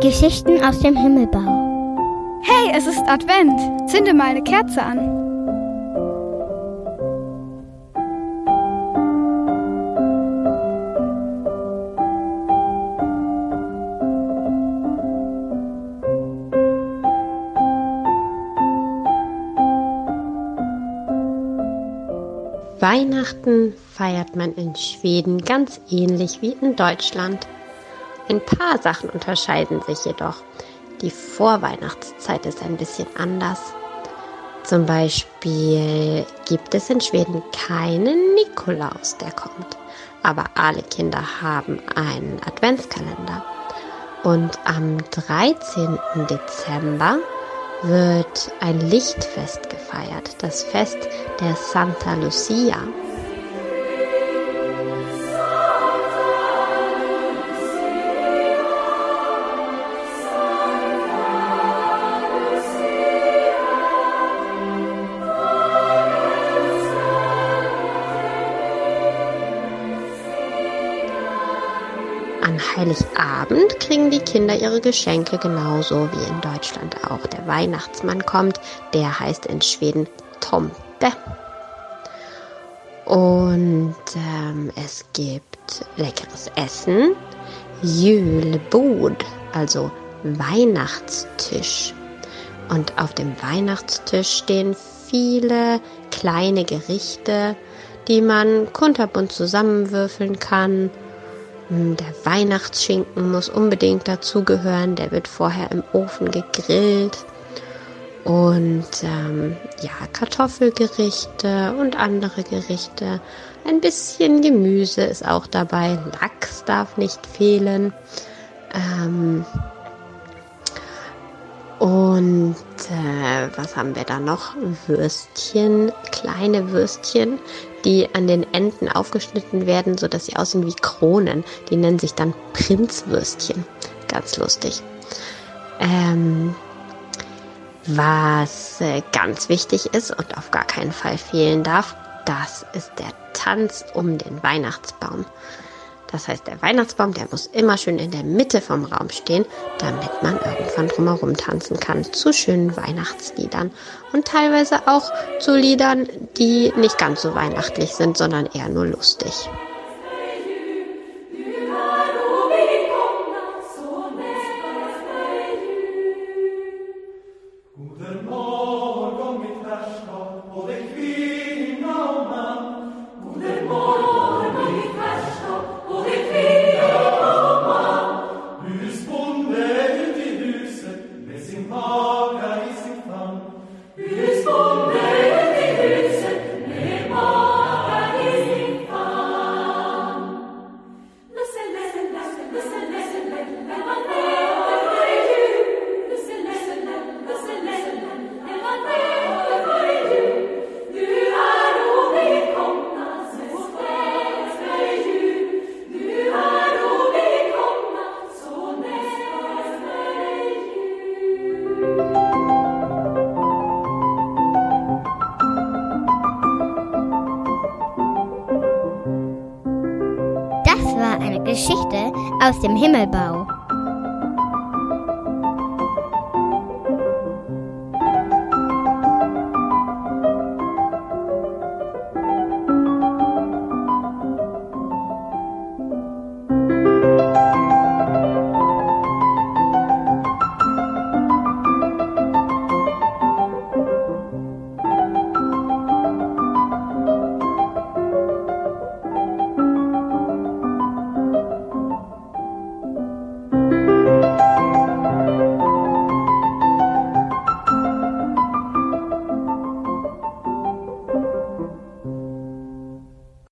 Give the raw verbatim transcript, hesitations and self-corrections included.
Geschichten aus dem Himmelbau. Hey, es ist Advent. Zünde mal eine Kerze an. Weihnachten feiert man in Schweden ganz ähnlich wie in Deutschland. Ein paar Sachen unterscheiden sich jedoch. Die Vorweihnachtszeit ist ein bisschen anders. Zum Beispiel gibt es in Schweden keinen Nikolaus, der kommt. Aber alle Kinder haben einen Adventskalender. Und am dreizehnten Dezember wird ein Lichtfest gefeiert, das Fest der Santa Lucia. An Heiligabend kriegen die Kinder ihre Geschenke genauso wie in Deutschland auch. Der Weihnachtsmann kommt, der heißt in Schweden Tomte. Und ähm, es gibt leckeres Essen, Julbord, also Weihnachtstisch. Und auf dem Weihnachtstisch stehen viele kleine Gerichte, die man kunterbunt zusammenwürfeln kann. Der Weihnachtsschinken muss unbedingt dazugehören, der wird vorher im Ofen gegrillt. Und ähm, ja, Kartoffelgerichte und andere Gerichte. Ein bisschen Gemüse ist auch dabei, Lachs darf nicht fehlen. Ähm, und äh, was haben wir da noch? Würstchen, kleine Würstchen, die an den Enden aufgeschnitten werden, sodass sie aussehen wie Kronen. Die nennen sich dann Prinzwürstchen. Ganz lustig. Ähm, was äh, ganz wichtig ist und auf gar keinen Fall fehlen darf, das ist der Tanz um den Weihnachtsbaum. Das heißt, der Weihnachtsbaum, der muss immer schön in der Mitte vom Raum stehen, damit man irgendwann drumherum tanzen kann zu schönen Weihnachtsliedern und teilweise auch zu Liedern, die nicht ganz so weihnachtlich sind, sondern eher nur lustig. Das war eine Geschichte aus dem Himmelbau.